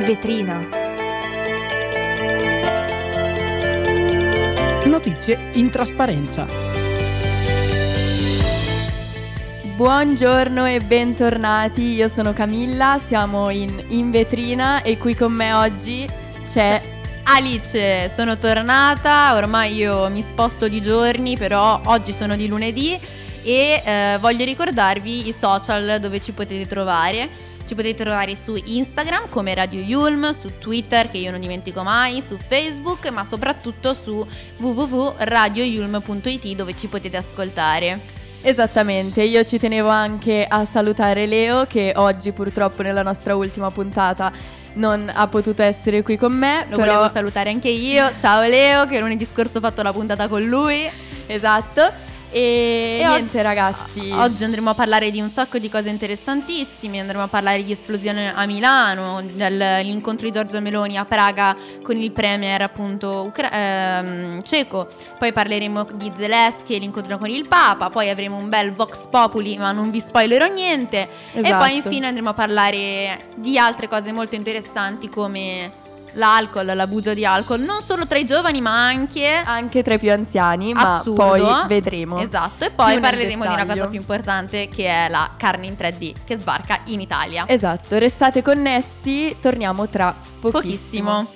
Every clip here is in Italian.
vetrina. Notizie in trasparenza. Buongiorno e bentornati, io sono Camilla, siamo in vetrina e qui con me oggi c'è Alice. Sono tornata, ormai io mi sposto di giorni, però oggi sono di lunedì e voglio ricordarvi i social dove ci potete trovare. Ci potete trovare su Instagram come Radio Yulm, su Twitter che io non dimentico mai, su Facebook, ma soprattutto su www.radioyulm.it dove ci potete ascoltare. Esattamente, io ci tenevo anche a salutare Leo che oggi purtroppo nella nostra ultima puntata non ha potuto essere qui con me. Lo volevo salutare anche io, ciao Leo, che lunedì scorso ho fatto la puntata con lui. Esatto. E niente ragazzi, oggi andremo a parlare di un sacco di cose interessantissime. Andremo a parlare di esplosione a Milano, dell'incontro di Giorgia Meloni a Praga con il premier appunto ceco. Poi parleremo di Zelensky e l'incontro con il Papa. Poi avremo un bel Vox Populi, ma non vi spoilerò niente. Esatto. E poi infine andremo a parlare di altre cose molto interessanti come l'alcol, l'abuso di alcol, non solo tra i giovani ma anche tra i più anziani. Assurdo. Ma poi vedremo. Esatto. E poi più parleremo di una cosa più importante, che è la carne in 3D che sbarca in Italia. Esatto, restate connessi, torniamo tra pochissimo.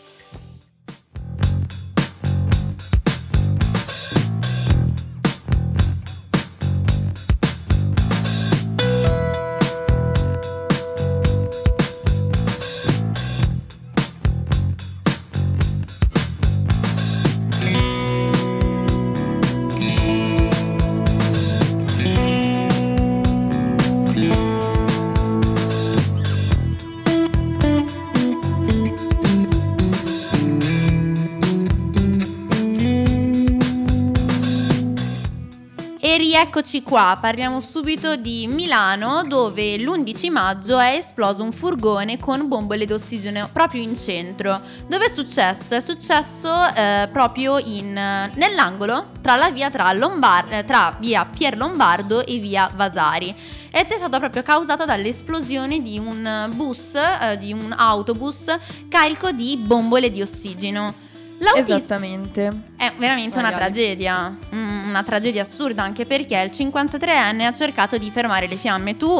E rieccoci qua, parliamo subito di Milano, dove l'11 maggio è esploso un furgone con bombole d'ossigeno proprio in centro. Dove è successo? È successo proprio nell'angolo tra la via tra via Pier Lombardo e via Vasari. Ed è stato proprio causato dall'esplosione di un di un autobus carico di bombole di ossigeno. Esattamente. È veramente una tragedia assurda, anche perché il 53enne ha cercato di fermare le fiamme. Tu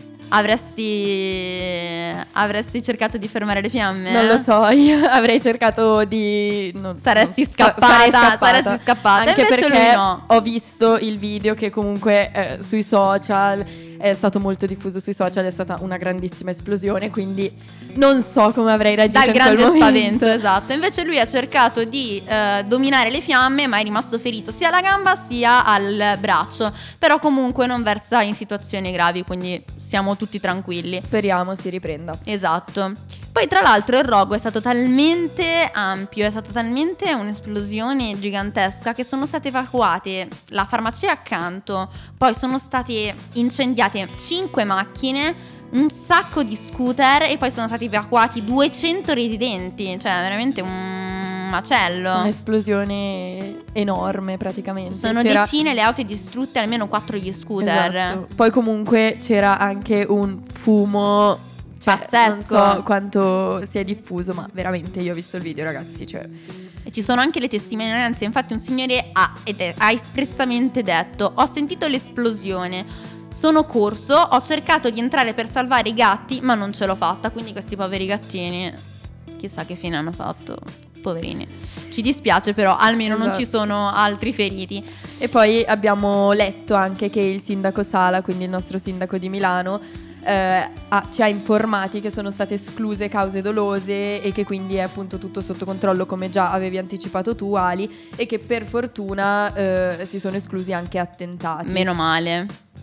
avresti cercato di fermare le fiamme? Non lo so, io avrei cercato di saresti scappata. Anche invece perché lui no. ho visto il video che comunque sui social è stato molto diffuso sui social, è stata una grandissima esplosione, quindi non so come avrei reagito dal in quel grande momento. spavento, esatto. Invece lui ha cercato di dominare le fiamme, ma è rimasto ferito sia alla gamba sia al braccio. Però comunque non versa in situazioni gravi, quindi siamo tutti tranquilli. Speriamo si riprenda. Esatto. Poi tra l'altro il rogo è stato talmente ampio, è stata talmente un'esplosione gigantesca che sono state evacuate la farmacia accanto, poi sono state incendiate 5 macchine, un sacco di scooter e poi sono stati evacuati 200 residenti, cioè veramente un macello. Un'esplosione enorme praticamente. Sono decine le auto distrutte, almeno 4 gli scooter. Esatto. Poi comunque c'era anche un fumo pazzesco. Non so quanto sia diffuso, ma veramente io ho visto il video, ragazzi, E ci sono anche le testimonianze. Infatti un signore ha espressamente detto: ho sentito l'esplosione, sono corso, ho cercato di entrare per salvare i gatti ma non ce l'ho fatta. Quindi questi poveri gattini chissà che fine hanno fatto, poverini. Ci dispiace, però almeno non ci sono altri feriti. E poi abbiamo letto anche che il sindaco Sala, quindi il nostro sindaco di Milano, ci ha informati che sono state escluse cause dolose e che quindi è appunto tutto sotto controllo, come già avevi anticipato tu, Ali, e che per fortuna si sono esclusi anche attentati. Meno male.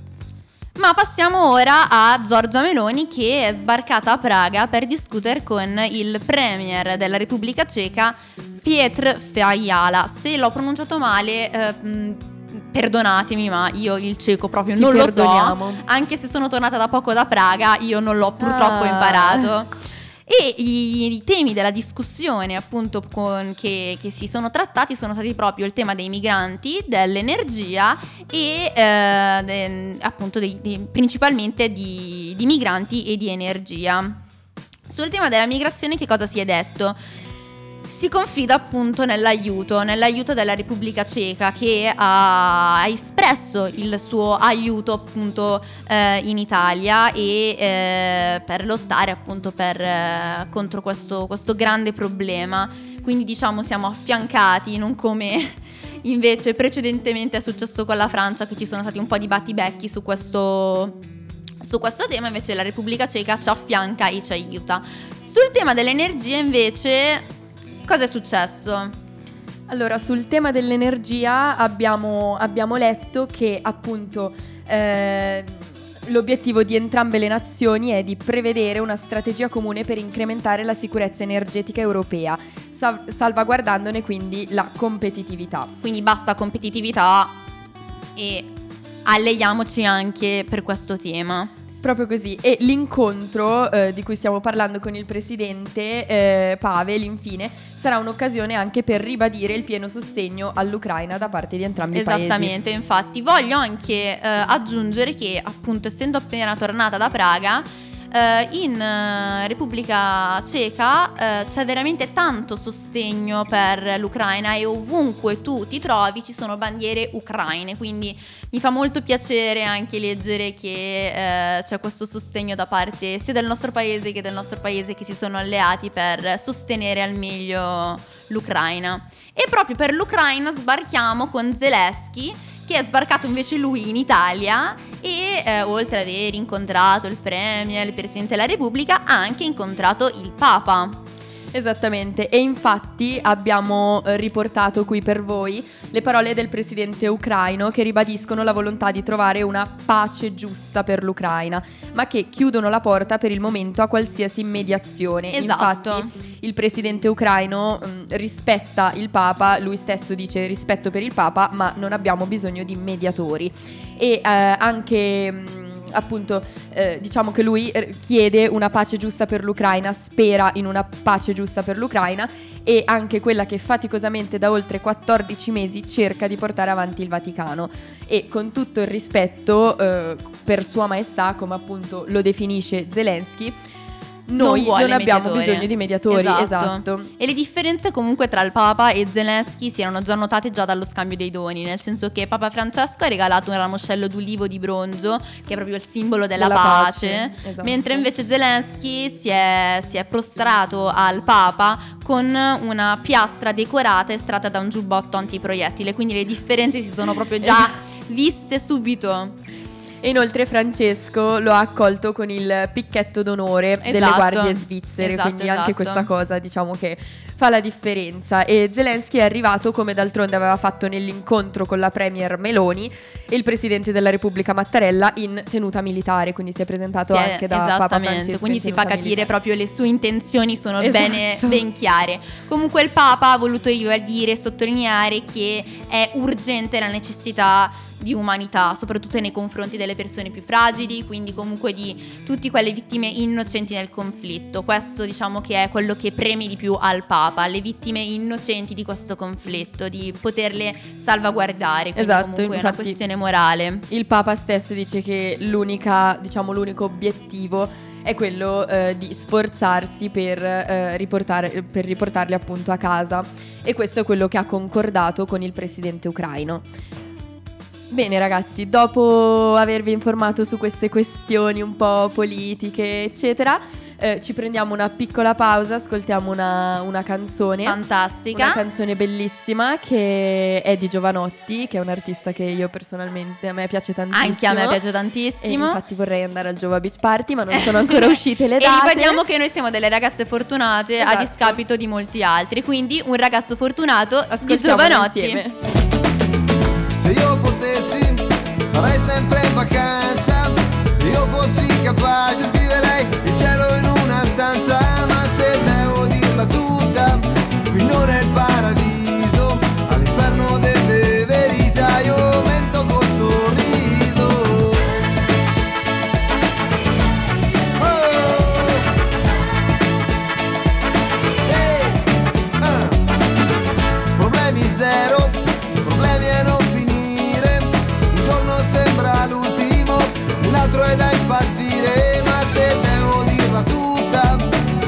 Ma passiamo ora a Giorgia Meloni, che è sbarcata a Praga per discutere con il premier della Repubblica Ceca, Petr Fiala. Se l'ho pronunciato male, perdonatemi, ma io il ceco proprio non lo so. Anche se sono tornata da poco da Praga, io non l'ho purtroppo imparato. E i temi della discussione appunto che si sono trattati sono stati proprio il tema dei migranti, dell'energia e appunto principalmente di migranti e di energia. Sul tema della migrazione che cosa si è detto? Si confida appunto nell'aiuto della Repubblica Ceca, che ha espresso il suo aiuto appunto in Italia e per lottare appunto contro questo grande problema. Quindi diciamo siamo affiancati, non come invece precedentemente è successo con la Francia, che ci sono stati un po' di battibecchi su questo tema. Invece la Repubblica Ceca ci affianca e ci aiuta. Sul tema dell'energia invece cosa è successo? Allora, sul tema dell'energia abbiamo letto che appunto l'obiettivo di entrambe le nazioni è di prevedere una strategia comune per incrementare la sicurezza energetica europea, salvaguardandone quindi la competitività. Quindi bassa competitività e alleiamoci anche per questo tema. Proprio così. E l'incontro di cui stiamo parlando con il presidente Pavel, infine, sarà un'occasione anche per ribadire il pieno sostegno all'Ucraina da parte di entrambi i paesi. Esattamente, infatti voglio anche aggiungere che appunto essendo appena tornata da Praga, in Repubblica Ceca c'è veramente tanto sostegno per l'Ucraina e ovunque tu ti trovi ci sono bandiere ucraine, quindi mi fa molto piacere anche leggere che c'è questo sostegno da parte sia del nostro paese che del nostro paese, che si sono alleati per sostenere al meglio l'Ucraina. E proprio per l'Ucraina sbarchiamo con Zelensky, che è sbarcato invece lui in Italia e oltre ad aver incontrato il Premier, il Presidente della Repubblica, ha anche incontrato il Papa. Esattamente, e infatti abbiamo riportato qui per voi le parole del presidente ucraino, che ribadiscono la volontà di trovare una pace giusta per l'Ucraina, ma che chiudono la porta per il momento a qualsiasi mediazione. Esatto. Infatti il presidente ucraino rispetta il Papa, lui stesso dice rispetto per il Papa, ma non abbiamo bisogno di mediatori. E anche appunto diciamo che lui chiede una pace giusta per l'Ucraina, spera in una pace giusta per l'Ucraina, e anche quella che faticosamente da oltre 14 mesi cerca di portare avanti il Vaticano. E con tutto il rispetto per Sua Maestà, come appunto lo definisce Zelensky, noi non abbiamo bisogno di mediatori. Esatto. E le differenze comunque tra il Papa e Zelensky si erano già notate già dallo scambio dei doni, nel senso che Papa Francesco ha regalato un ramoscello d'ulivo di bronzo, che è proprio il simbolo della pace. Esatto. Mentre invece Zelensky si è prostrato al Papa con una piastra decorata estratta da un giubbotto antiproiettile, quindi le differenze si sono proprio già viste subito. E inoltre Francesco lo ha accolto con il picchetto d'onore delle guardie svizzere, quindi anche questa cosa diciamo che fa la differenza. E Zelensky è arrivato, come d'altronde aveva fatto nell'incontro con la premier Meloni e il presidente della Repubblica Mattarella, in tenuta militare, quindi si è presentato anche da Papa Francesco. Quindi si fa capire proprio le sue intenzioni sono ben chiare. Comunque il Papa ha voluto ribadire e sottolineare che è urgente la necessità di umanità, soprattutto nei confronti delle persone più fragili, quindi comunque di tutte quelle vittime innocenti nel conflitto. Questo diciamo che è quello che preme di più al Papa, le vittime innocenti di questo conflitto, di poterle salvaguardare, quindi comunque è una questione morale. Il Papa stesso dice che l'unico obiettivo è quello di sforzarsi per riportarli appunto a casa, e questo è quello che ha concordato con il presidente ucraino. Bene ragazzi, dopo avervi informato su queste questioni un po' politiche eccetera, ci prendiamo una piccola pausa, ascoltiamo una canzone fantastica, una canzone bellissima che è di Jovanotti, che è un artista che io personalmente, a me piace tantissimo. Anche a me piace tantissimo, e infatti vorrei andare al Jova Beach Party, ma non sono ancora uscite le date. E ribadiamo che noi siamo delle ragazze fortunate, a discapito di molti altri, quindi un ragazzo fortunato di Jovanotti insieme. Se io potessi sarei sempre in vacanza, se io fossi capace scriverei il cielo in una stanza, ma se devo dirla tutta, qui non è il paradiso, all'inferno delle verità io mento col sorriso. Problemi zero, problemi e non finire, un giorno sembra l'ultimo, un altro è da impazzire, ma se devo dirla tutta,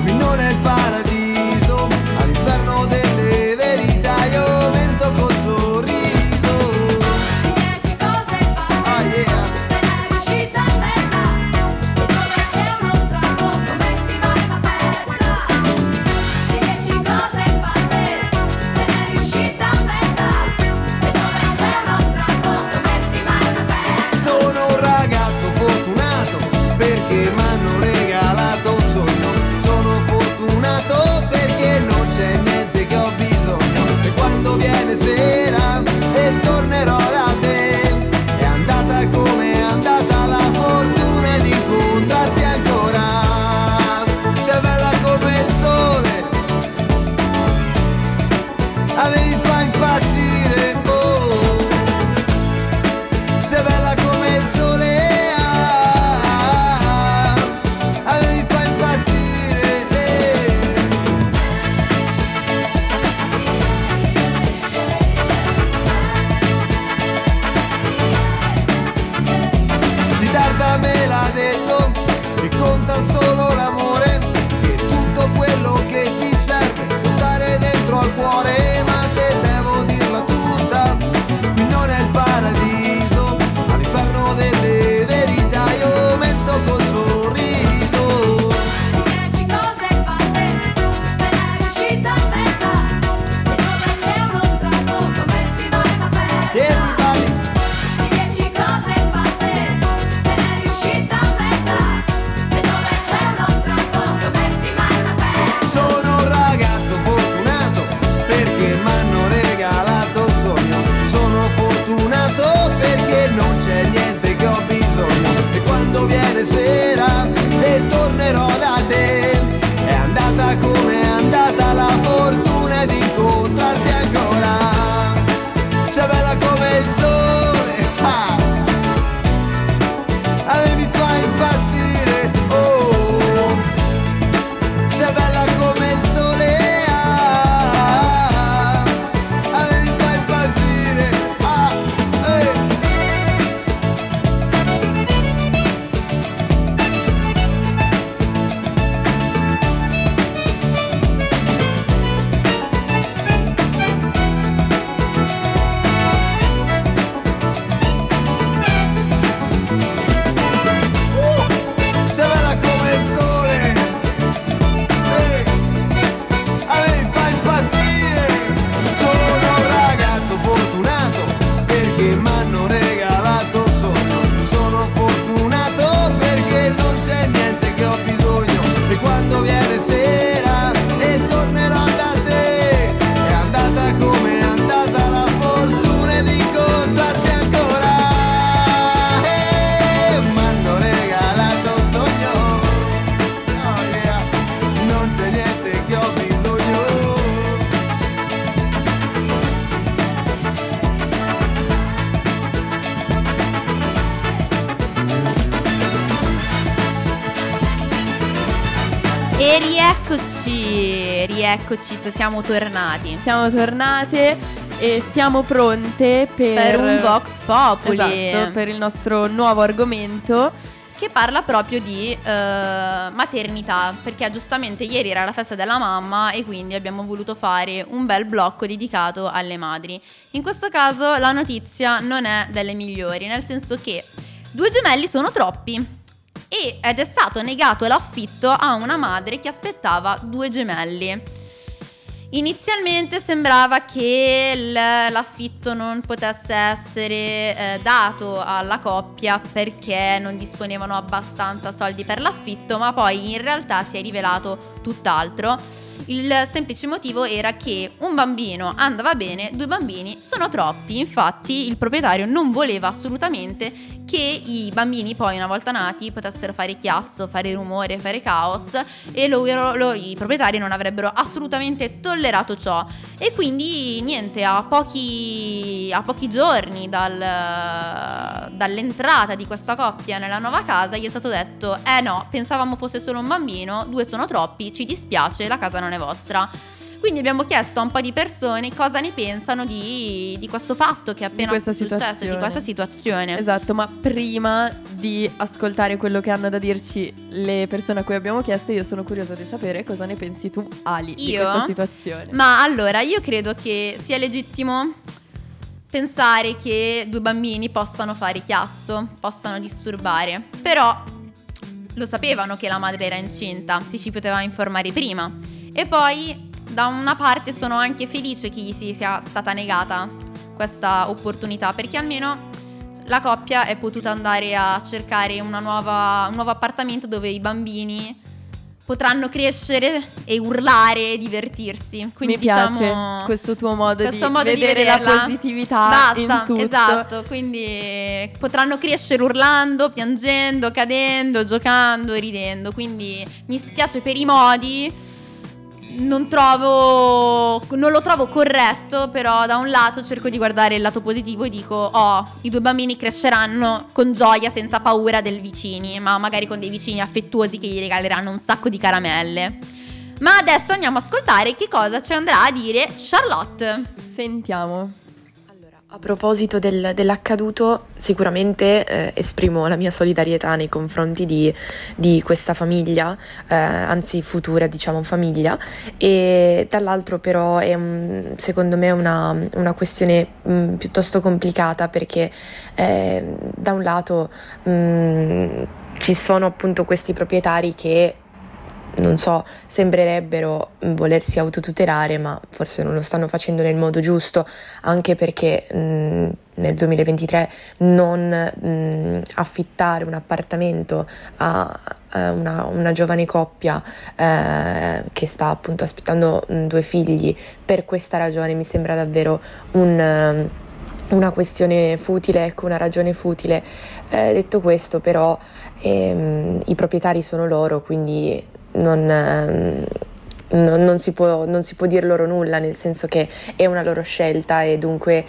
E rieccoci, siamo tornati. Siamo tornate e siamo pronte Per un Vox Populi. Esatto, per il nostro nuovo argomento. Che parla proprio di maternità, perché giustamente ieri era la festa della mamma e quindi abbiamo voluto fare un bel blocco dedicato alle madri. In questo caso la notizia non è delle migliori, nel senso che 2 gemelli sono troppi ed è stato negato l'affitto a una madre che aspettava 2 gemelli. Inizialmente sembrava che l'affitto non potesse essere dato alla coppia perché non disponevano abbastanza soldi per l'affitto, ma poi in realtà si è rivelato tutt'altro. Il semplice motivo era che un bambino andava bene, 2 bambini sono troppi. Infatti il proprietario non voleva assolutamente che i bambini poi una volta nati potessero fare chiasso, fare rumore, fare caos, e i proprietari non avrebbero assolutamente tollerato ciò. E quindi niente, a pochi giorni dall'entrata di questa coppia nella nuova casa gli è stato detto: no, pensavamo fosse solo un bambino, 2 sono troppi, ci dispiace, la casa non è vostra. Quindi abbiamo chiesto a un po' di persone cosa ne pensano di questo fatto che è appena successo, di questa situazione. Esatto, ma prima di ascoltare quello che hanno da dirci le persone a cui abbiamo chiesto, io sono curiosa di sapere cosa ne pensi tu, Ali, di questa situazione. Ma allora, io credo che sia legittimo pensare che 2 bambini possano fare chiasso, possano disturbare, però lo sapevano che la madre era incinta, si ci poteva informare prima. E poi da una parte sono anche felice che gli sia stata negata questa opportunità, perché almeno la coppia è potuta andare a cercare un nuovo appartamento dove i bambini potranno crescere e urlare e divertirsi. Quindi mi piace diciamo, questo tuo modo di vedere vedere la positività in tutto. Esatto, quindi potranno crescere urlando, piangendo, cadendo, giocando e ridendo. Quindi mi spiace per i modi. Non lo trovo corretto, però da un lato cerco di guardare il lato positivo e dico: i 2 bambini cresceranno con gioia, senza paura dei vicini, ma magari con dei vicini affettuosi che gli regaleranno un sacco di caramelle. Ma adesso andiamo a ascoltare che cosa ci andrà a dire Charlotte. Sentiamo. A proposito dell'accaduto, sicuramente esprimo la mia solidarietà nei confronti di questa famiglia, anzi futura, diciamo, famiglia, e dall'altro però è secondo me una questione piuttosto complicata, perché da un lato ci sono appunto questi proprietari che, non so, sembrerebbero volersi autotutelare, ma forse non lo stanno facendo nel modo giusto, anche perché nel 2023 non affittare un appartamento a una giovane coppia che sta appunto aspettando 2 figli per questa ragione mi sembra davvero una questione futile, ecco, una ragione futile. Detto questo, però i proprietari sono loro, quindi non si può dir loro nulla, nel senso che è una loro scelta e dunque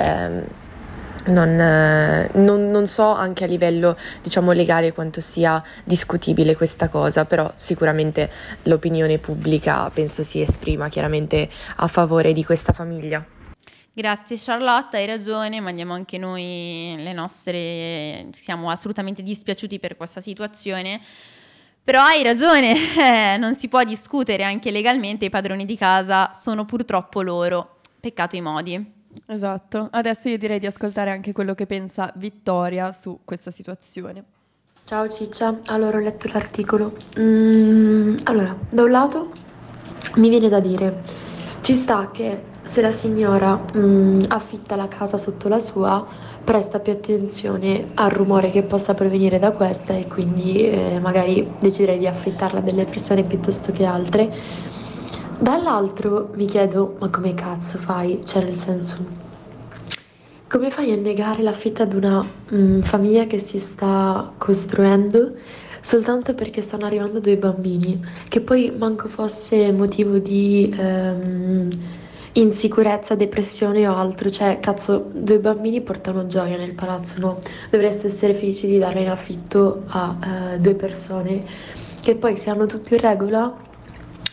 non so anche a livello, diciamo, legale quanto sia discutibile questa cosa, però sicuramente l'opinione pubblica penso si esprima chiaramente a favore di questa famiglia. Grazie Charlotte, hai ragione, mandiamo anche noi le nostre, siamo assolutamente dispiaciuti per questa situazione. Però hai ragione, non si può discutere, anche legalmente i padroni di casa sono purtroppo loro, peccato i modi. Esatto, adesso io direi di ascoltare anche quello che pensa Vittoria su questa situazione. Ciao Ciccia, allora ho letto l'articolo. Allora, da un lato mi viene da dire, ci sta che se la signora affitta la casa sotto la sua, presta più attenzione al rumore che possa provenire da questa e quindi magari decidere di affittarla a delle persone piuttosto che altre. Dall'altro mi chiedo, ma come cazzo fai? Cioè, nel senso, come fai a negare l'affitto ad una famiglia che si sta costruendo soltanto perché stanno arrivando 2 bambini, che poi manco fosse motivo di insicurezza, depressione o altro? Cioè, cazzo, 2 bambini portano gioia nel palazzo, no? Dovreste essere felici di darla in affitto a 2 persone che poi, se hanno tutto in regola,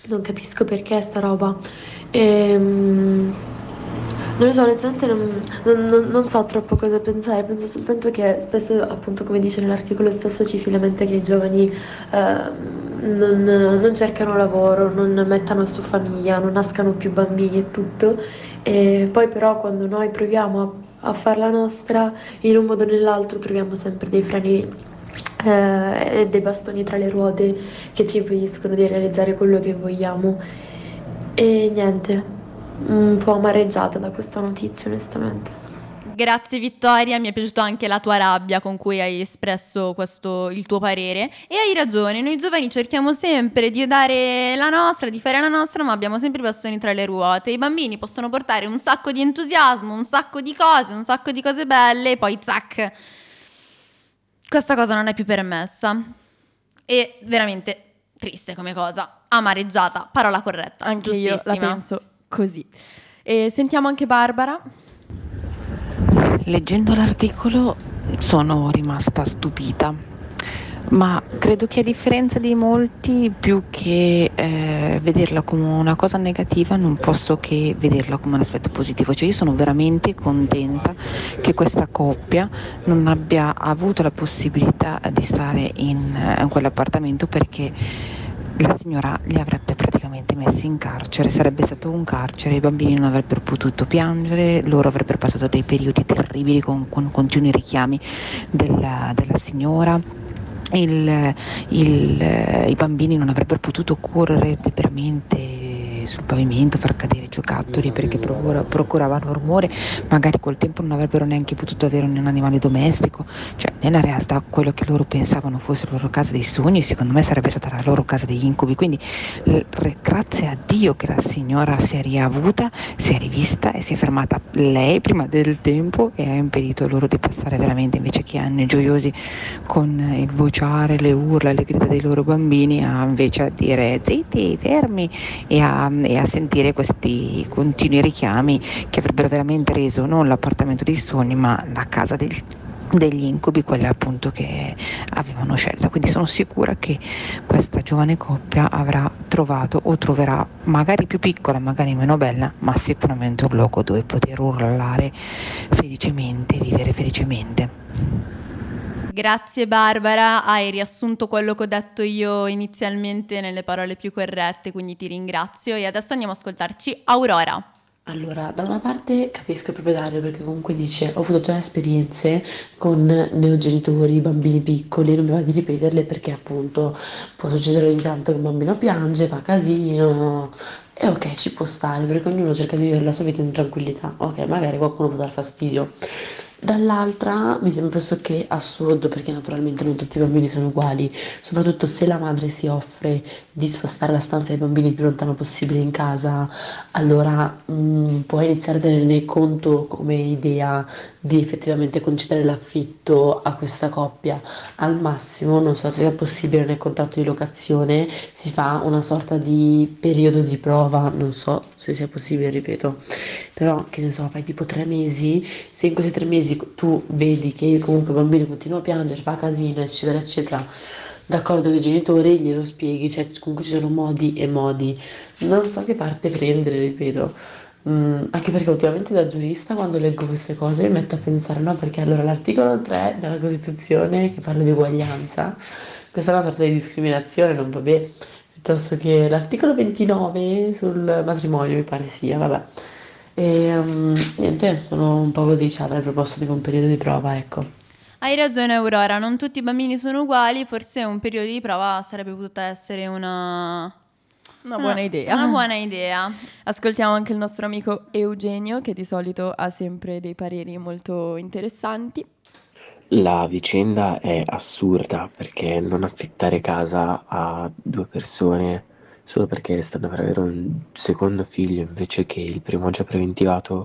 non capisco perché sta roba. Ehm, Non lo so, onestamente non so troppo cosa pensare, penso soltanto che spesso, appunto, come dice nell'articolo stesso, ci si lamenta che i giovani non cercano lavoro, non mettano su famiglia, non nascano più bambini e tutto. E poi però quando noi proviamo a farla nostra, in un modo o nell'altro troviamo sempre dei freni e dei bastoni tra le ruote che ci impediscono di realizzare quello che vogliamo. E niente, un po' amareggiata da questa notizia, onestamente. Grazie Vittoria, mi è piaciuta anche la tua rabbia con cui hai espresso il tuo parere e hai ragione, noi giovani cerchiamo sempre di dare la nostra, di fare la nostra, ma abbiamo sempre i bastoni tra le ruote. I bambini possono portare un sacco di entusiasmo, un sacco di cose belle e poi zac, questa cosa non è più permessa. E veramente triste come cosa, amareggiata, parola corretta, Anche io la giustissima. penso così. E sentiamo anche Barbara. Leggendo l'articolo sono rimasta stupita, ma credo che a differenza di molti, più che vederla come una cosa negativa, non posso che vederla come un aspetto positivo. Cioè io sono veramente contenta che questa coppia non abbia avuto la possibilità di stare in quell'appartamento, perché la signora li avrebbe praticamente messi in carcere, sarebbe stato un carcere, i bambini non avrebbero potuto piangere, loro avrebbero passato dei periodi terribili con continui richiami della signora. I bambini non avrebbero potuto correre liberamente sul pavimento, far cadere i giocattoli perché procuravano rumore, magari col tempo non avrebbero neanche potuto avere un animale domestico. Cioè nella realtà quello che loro pensavano fosse la loro casa dei sogni, secondo me sarebbe stata la loro casa degli incubi. Quindi grazie a Dio che la signora si è riavuta, si è rivista e si è fermata lei prima del tempo e ha impedito loro di passare veramente, invece che anni gioiosi con il vociare, le urla, le grida dei loro bambini, invece a dire zitti, fermi, e a sentire questi continui richiami che avrebbero veramente reso non l'appartamento dei sogni ma la casa degli incubi, quella appunto che avevano scelto. Quindi sono sicura che questa giovane coppia avrà trovato o troverà, magari più piccola, magari meno bella, ma sicuramente un luogo dove poter urlare felicemente, vivere felicemente. Grazie Barbara, hai riassunto quello che ho detto io inizialmente nelle parole più corrette, quindi ti ringrazio e adesso andiamo ad ascoltarci Aurora. Allora, da una parte capisco il proprietario perché comunque dice ho avuto già esperienze con neogenitori, bambini piccoli, non mi va di ripeterle perché appunto può succedere ogni tanto che un bambino piange, fa casino e ok, ci può stare perché ognuno cerca di vivere la sua vita in tranquillità, ok, magari qualcuno può dar fastidio. Dall'altra mi sembra pressoché assurdo perché naturalmente non tutti i bambini sono uguali, soprattutto se la madre si offre di spostare la stanza dei bambini il più lontano possibile in casa, allora puoi iniziare a tenerne conto come idea di effettivamente concedere l'affitto a questa coppia. Al massimo, non so se sia possibile nel contratto di locazione, si fa una sorta di periodo di prova, non so se sia possibile, ripeto, però che ne so, fai tipo 3 mesi, se in questi 3 mesi tu vedi che comunque il bambino continua a piangere, fa casino, eccetera, eccetera, d'accordo con i genitori, glielo spieghi, cioè comunque ci sono modi e modi. Non so che parte prendere, ripeto. Anche perché ultimamente da giurista quando leggo queste cose mi metto a pensare, no, perché allora l'articolo 3 della Costituzione che parla di uguaglianza, questa è una sorta di discriminazione, non va bene, piuttosto che l'articolo 29 sul matrimonio mi pare sia, vabbè. E niente, sono un po' così, cioè avrei proposto tipo un periodo di prova, ecco. Hai ragione Aurora, non tutti i bambini sono uguali, forse un periodo di prova sarebbe potuta essere una Buona idea. Una buona idea. Ascoltiamo anche il nostro amico Eugenio, che di solito ha sempre dei pareri molto interessanti. La vicenda è assurda perché non affittare casa a due persone solo perché stanno per avere un secondo figlio invece che il primo già preventivato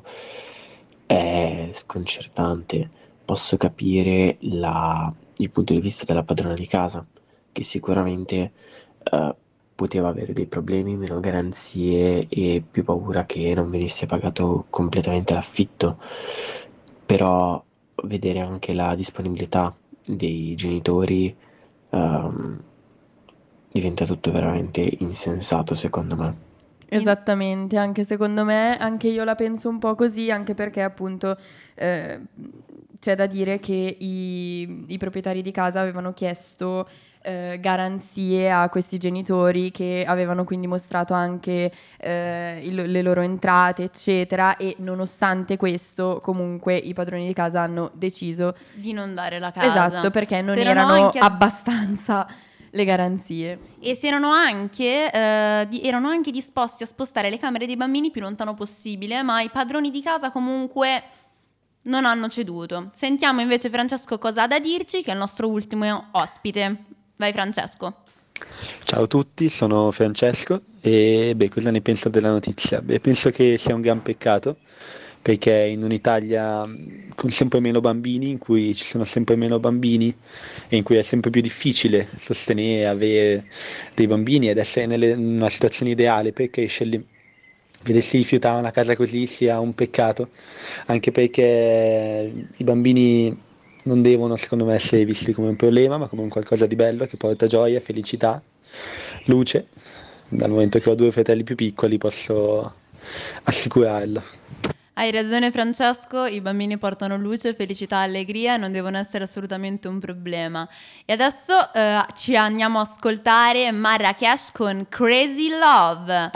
è sconcertante. Posso capire il punto di vista della padrona di casa, che sicuramente poteva avere dei problemi, meno garanzie e più paura che non venisse pagato completamente l'affitto, però vedere anche la disponibilità dei genitori diventa tutto veramente insensato, secondo me. Esattamente, anche secondo me, anche io la penso un po' così, anche perché appunto c'è da dire che i proprietari di casa avevano chiesto garanzie a questi genitori, che avevano quindi mostrato anche le loro entrate, eccetera, e nonostante questo comunque i padroni di casa hanno deciso di non dare la casa. Esatto, perché non C'erano erano anche abbastanza le garanzie. E si erano anche disposti a spostare le camere dei bambini più lontano possibile, ma i padroni di casa comunque non hanno ceduto. Sentiamo invece Francesco cosa ha da dirci, che è il nostro ultimo ospite. Vai Francesco. Ciao a tutti, sono Francesco e cosa ne penso della notizia? Penso che sia un gran peccato, perché in un'Italia con sempre meno bambini, in cui ci sono sempre meno bambini e in cui è sempre più difficile sostenere, avere dei bambini ed essere in una situazione ideale per crescerli, vedersi rifiutare una casa così sia un peccato, anche perché i bambini non devono, secondo me, essere visti come un problema, ma come un qualcosa di bello che porta gioia, felicità, luce. Dal momento che ho 2 fratelli più piccoli posso assicurarlo. Hai ragione Francesco, i bambini portano luce, felicità, allegria e non devono essere assolutamente un problema. E adesso ci andiamo a ascoltare Marrakesh con Crazy Love.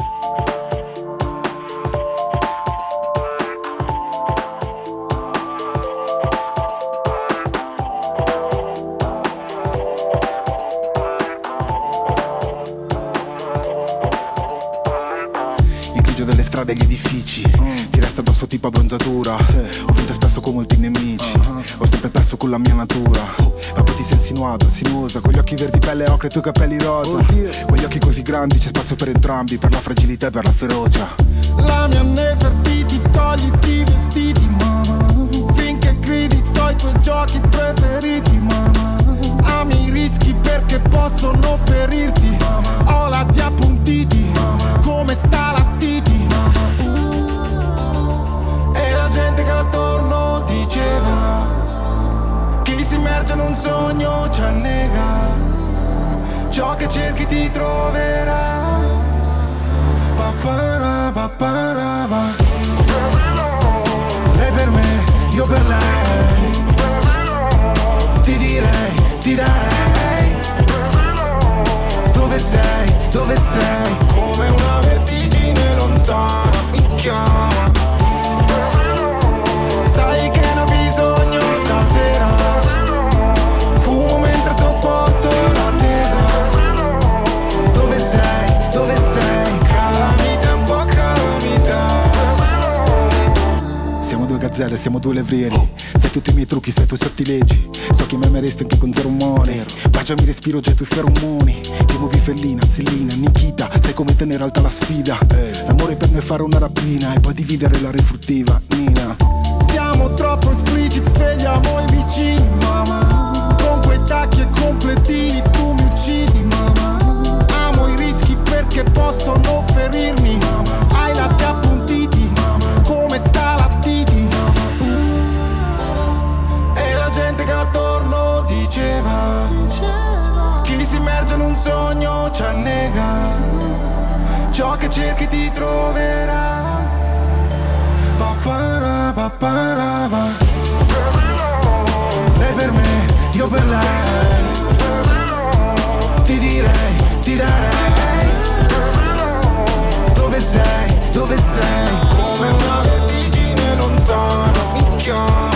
Delle strade e gli edifici ti resta addosso tipo abbronzatura. Ho vinto spesso con molti nemici, ho sempre perso con la mia natura. Ma poi ti sei insinuata, sinuosa, con gli occhi verdi pelle ocre e i tuoi capelli rosa. Con gli occhi così grandi c'è spazio per entrambi, per la fragilità e per la ferocia. La mia Nefertiti, togliti i vestiti, mamma, finché gridi so i tuoi giochi preferiti, mamma. Ami i rischi perché possono ferirti, mamma. Ho la ti appuntiti, mamma, come sta la titi. E la gente che attorno diceva: chi si immerge in un sogno ci annega, ciò che cerchi ti troverà. Papara, papara, pa. Lei per me, io per lei, ti direi, ti darei. Dove sei, dove sei? Come una vertigine lontana mi chiama. Sai che ne ho bisogno stasera, fumo mentre sopporto l'attesa. Dove sei, dove sei? Calamita, un po' calamita. Siamo 2 gazzelle, siamo 2 levrieri. Sai tutti i miei trucchi, sai i tuoi sortilegi. So che mi ameresti anche con zero money. Baciami, respiro, getto i feromoni. Ti muovi Fellina, Sellina, Nikita. Sai come tenere alta la sfida. L'amore per noi è fare una rapina e poi dividere la refruttiva, Nina. Siamo troppo espliciti, svegliamo i vicini, mamma. Con quei tacchi e completini tu mi uccidi, mamma. Amo i rischi perché possono ferirmi, mamma. Hai lati appuntiti, mamma, come sta la titi, e la gente che attorno diceva: chi si immerge in un sogno ci annega, ciò che cerchi ti troverà. Papara, papara, pa. Lei per me, io per lei, ti direi, ti darei. Dove sei, dove sei? Come una vertigine lontana mi chiama.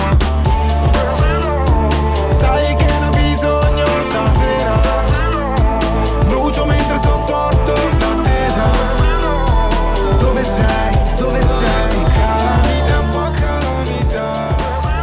Sai che ne ho bisogno stasera, brucio mentre sopporto l'attesa. Dove sei, dove sei? Calamita, un po' calamita.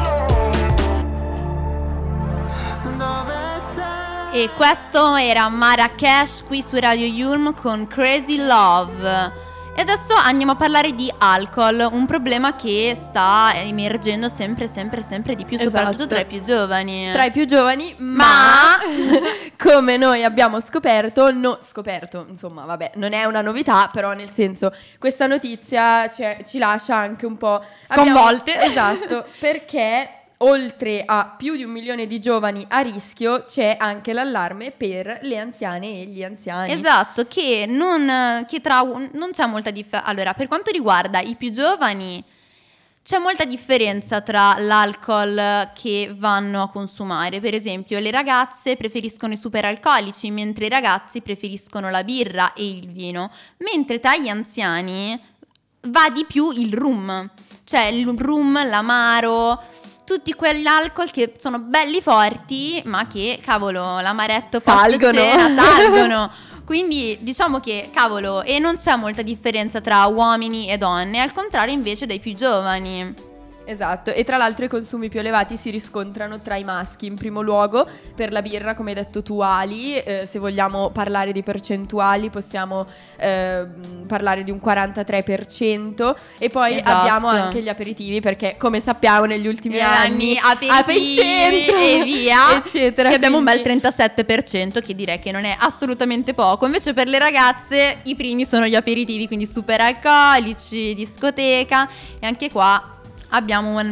E questo era Marrakesh qui su Radio Yulm con Crazy Love. E adesso andiamo a parlare di alcol, un problema che sta emergendo sempre di più, soprattutto tra i più giovani. Tra i più giovani, ma come noi abbiamo scoperto, insomma, vabbè, non è una novità, però nel senso, questa notizia ci lascia anche un po' sconvolte. Esatto, perché oltre a più di 1 milione di giovani a rischio, c'è anche l'allarme per le anziane e gli anziani. Esatto, che non c'è molta differenza. Allora, per quanto riguarda i più giovani, c'è molta differenza tra l'alcol che vanno a consumare. Per esempio, le ragazze preferiscono i superalcolici, mentre i ragazzi preferiscono la birra e il vino. Mentre tra gli anziani va di più il rum. Cioè il rum, l'amaro, tutti quegli alcol che sono belli forti, ma che, cavolo, l'amaretto salgono. Quindi diciamo che, cavolo, e non c'è molta differenza tra uomini e donne, al contrario invece dei più giovani. Esatto, e tra l'altro i consumi più elevati si riscontrano tra i maschi in primo luogo. Per la birra, come hai detto tu Ali, se vogliamo parlare di percentuali possiamo parlare di un 43%. E poi abbiamo anche gli aperitivi, perché come sappiamo negli ultimi anni aperitivi e via, eccetera, che abbiamo un bel 37%, che direi che non è assolutamente poco. Invece per le ragazze i primi sono gli aperitivi, quindi superalcolici, discoteca, e anche qua abbiamo una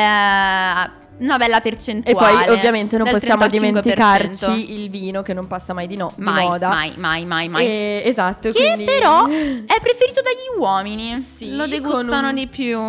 bella percentuale. E poi ovviamente non possiamo 35%. dimenticarci il vino, che non passa mai di moda. Mai. Esatto. Che quindi però è preferito dagli uomini. Sì, lo degustano di più.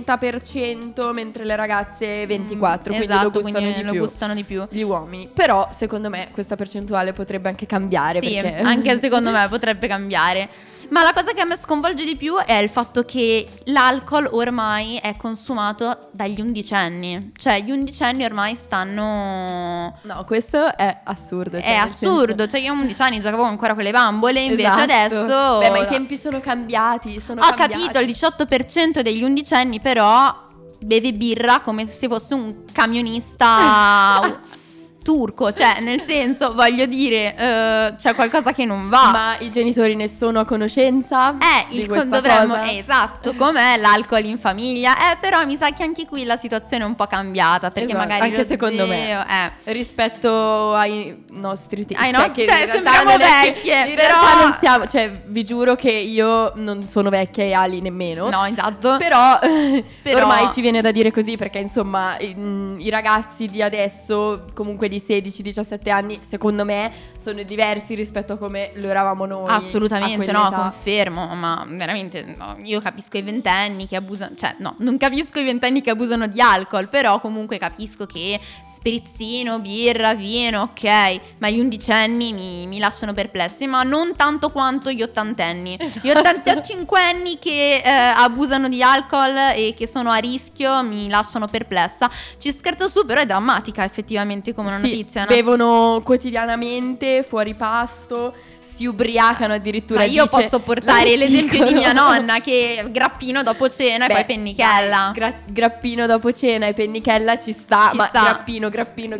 30%, mentre le ragazze 24%. Esatto, quindi lo gustano di più gli uomini. Però secondo me questa percentuale potrebbe anche cambiare. Sì, perché anche secondo me potrebbe cambiare. Ma la cosa che a me sconvolge di più è il fatto che l'alcol ormai è consumato dagli undicenni. Cioè gli undicenni ormai stanno... No, questo è assurdo. È assurdo, cioè io a 11 anni giocavo ancora con le bambole, invece adesso... Beh, ma i tempi sono cambiati, capito, il 18% degli undicenni però beve birra come se fosse un camionista... turco, cioè nel senso, voglio dire, c'è qualcosa che non va. Ma i genitori ne sono a conoscenza? Dovremmo, cosa? esatto, com'è l'alcol in famiglia? Però mi sa che anche qui la situazione è un po' cambiata, perché magari anche secondo me rispetto ai nostri tempi, sembriamo vecchie, però non siamo, cioè vi giuro che io non sono vecchia e Ali nemmeno. No, esatto. Però ormai ci viene da dire così, perché insomma i ragazzi di adesso, comunque di 16-17 anni, secondo me sono diversi rispetto a come lo eravamo noi. Assolutamente no, confermo. Ma veramente no, io capisco i ventenni che abusano, cioè no, non capisco i ventenni che abusano di alcol, però comunque capisco che sprizzino, birra, vino, ok, ma gli undicenni mi lasciano perplessi, ma non tanto quanto gli ottantenni. Gli 85enni che abusano di alcol e che sono a rischio mi lasciano perplessa. Ci scherzo su, però è drammatica effettivamente come una notizia, no? Bevono quotidianamente, fuori pasto, si ubriacano addirittura. Ma io posso portare l'esempio di mia nonna che grappino dopo cena e poi pennichella. Grappino dopo cena e pennichella ci sta. Grappino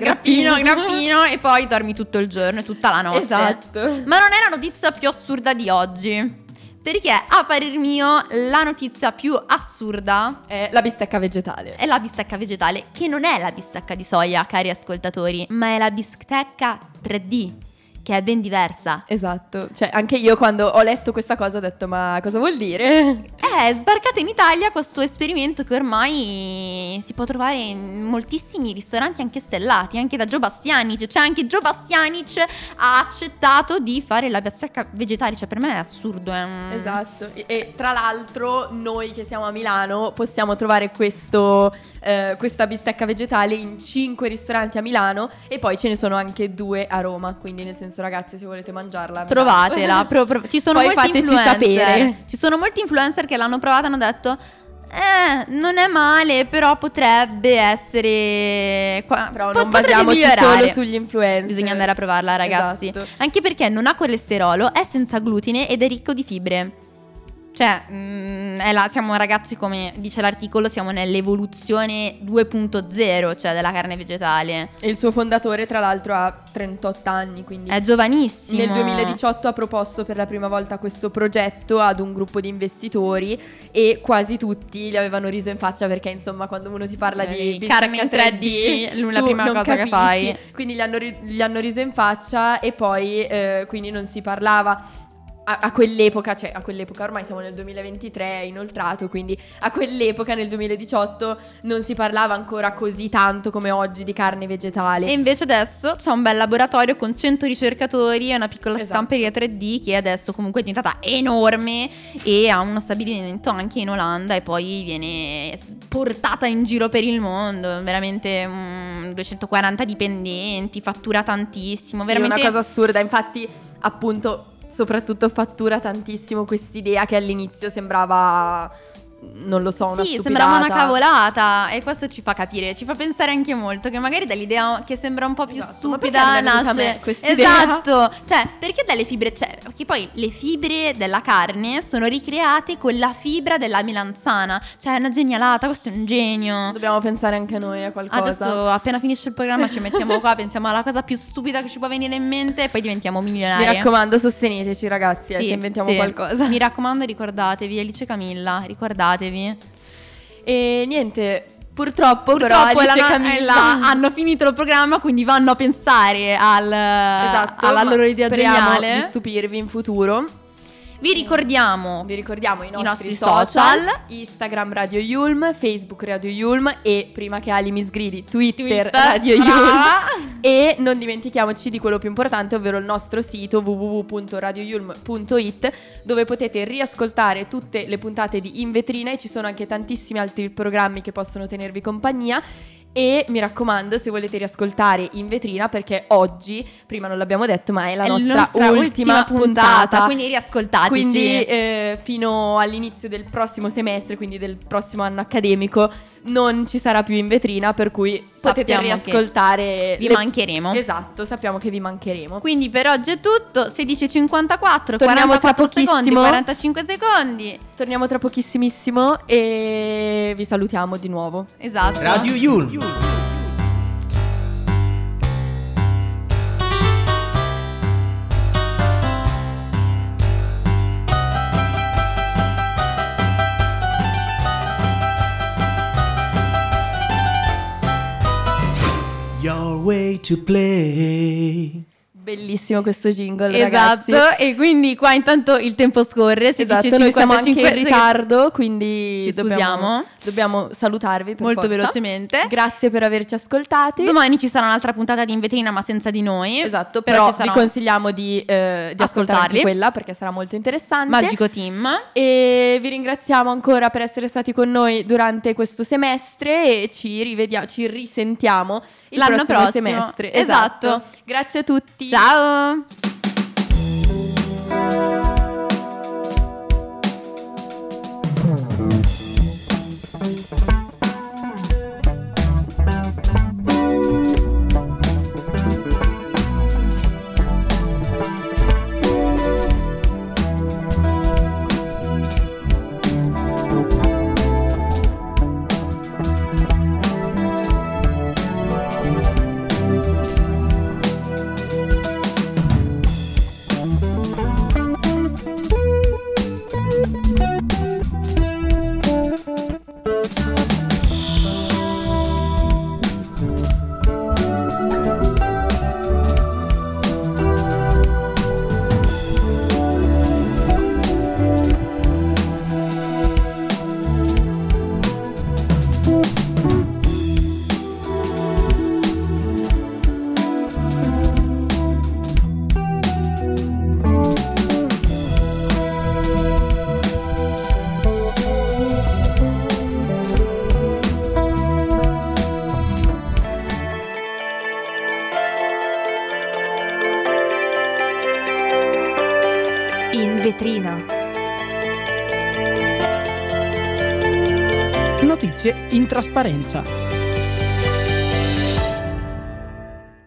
e poi dormi tutto il giorno e tutta la notte. Esatto. Ma non è la notizia più assurda di oggi, perché a parer mio la notizia più assurda è la bistecca vegetale. È la bistecca vegetale, che non è la bistecca di soia, cari ascoltatori, ma è la bistecca 3D, che è ben diversa. Esatto, cioè anche io quando ho letto questa cosa ho detto ma cosa vuol dire? È sbarcato in Italia questo esperimento che ormai si può trovare in moltissimi ristoranti anche stellati, anche da Joe Bastianic. Cioè anche Joe Bastianic ha accettato di fare la bistecca vegetale, cioè per me è assurdo. Esatto, e tra l'altro noi che siamo a Milano possiamo trovare questa bistecca vegetale in 5 ristoranti a Milano, e poi ce ne sono anche 2 a Roma, quindi nel senso, ragazzi, se volete mangiarla provatela. Ci sono poi molti fateci influencer sapere. Ci sono molti influencer che l'hanno provata e hanno detto non è male, però potrebbe essere però non basiamoci solo sugli influencer, bisogna andare a provarla, ragazzi. Esatto. Anche perché non ha colesterolo, è senza glutine ed è ricco di fibre. Cioè, siamo ragazzi, come dice l'articolo, siamo nell'evoluzione 2.0, cioè della carne vegetale. E il suo fondatore, tra l'altro, ha 38 anni, quindi è giovanissimo. Nel 2018 ha proposto per la prima volta questo progetto ad un gruppo di investitori e quasi tutti gli avevano riso in faccia, perché insomma quando uno ti parla di carne in 3D, la prima cosa che fai. Quindi gli hanno riso in faccia, e poi quindi non si parlava a quell'epoca, cioè a quell'epoca ormai siamo nel 2023, è inoltrato, quindi a quell'epoca nel 2018 non si parlava ancora così tanto come oggi di carne vegetale. E invece adesso c'è un bel laboratorio con 100 ricercatori e una piccola stamperia 3D che adesso comunque è diventata enorme e ha uno stabilimento anche in Olanda e poi viene portata in giro per il mondo, veramente 240 dipendenti, fattura tantissimo, Sì, veramente una cosa assurda, infatti appunto soprattutto fattura tantissimo quest'idea che all'inizio sembrava, non lo so, una sì, stupidata. sembrava una cavolata e questo ci fa capire, ci fa pensare anche molto che magari dall'idea che sembra un po' più stupida ma perché non è venuta a me nasce quest'idea? esatto, cioè perché dalle fibre, cioè perché poi le fibre della carne sono ricreate con la fibra della melanzana, cioè è una genialata, questo è un genio. Dobbiamo pensare anche noi a qualcosa. Adesso appena finisce il programma ci mettiamo qua, pensiamo alla cosa più stupida che ci può venire in mente e poi diventiamo milionari. Mi raccomando, sosteneteci ragazzi, se inventiamo sì. qualcosa. Mi raccomando, ricordatevi, Alice Camilla, ricordatevi. E niente, purtroppo però Alice la e Camilla hanno finito il programma, quindi vanno a pensare esatto, alla loro idea speriamo geniale di stupirvi in futuro. Vi ricordiamo i nostri social. Instagram Radio Yulm, Facebook Radio Yulm e prima che Ali mi sgridi Twitter Twitter, Radio brava. Yulm. E non dimentichiamoci di quello più importante, ovvero il nostro sito www.radioyulm.it, dove potete riascoltare tutte le puntate di In Vetrina e ci sono anche tantissimi altri programmi che possono tenervi compagnia. E mi raccomando, se volete riascoltare In Vetrina, perché oggi, prima non l'abbiamo detto, ma è la nostra ultima puntata, quindi riascoltateci. Quindi fino all'inizio del prossimo semestre, quindi del prossimo anno accademico, non ci sarà più In Vetrina, per cui potete Sappiamo riascoltare. che vi mancheremo. Esatto, sappiamo che vi mancheremo. Quindi per oggi è tutto. 16:54, Torniamo 44 tra secondi, pochissimo. 45 secondi. Torniamo tra pochissimissimo e vi salutiamo di nuovo. Esatto. Radio Yulm. Your way to play. Bellissimo questo jingle, Esatto, ragazzi. e quindi qua intanto il tempo scorre. Esatto, noi siamo anche in 55 ritardo, quindi ci scusiamo. Dobbiamo salutarvi per Molto forza. velocemente. Grazie per averci ascoltati. Domani ci sarà un'altra puntata di In Vetrina, ma senza di noi. Esatto, però ci sarà vi consigliamo di ascoltare anche quella, perché sarà molto interessante. Magico Team. E vi ringraziamo ancora per essere stati con noi durante questo semestre e ci risentiamo l'anno prossimo semestre. Esatto. Grazie a tutti. Ciao. In Vetrina. Notizie in trasparenza.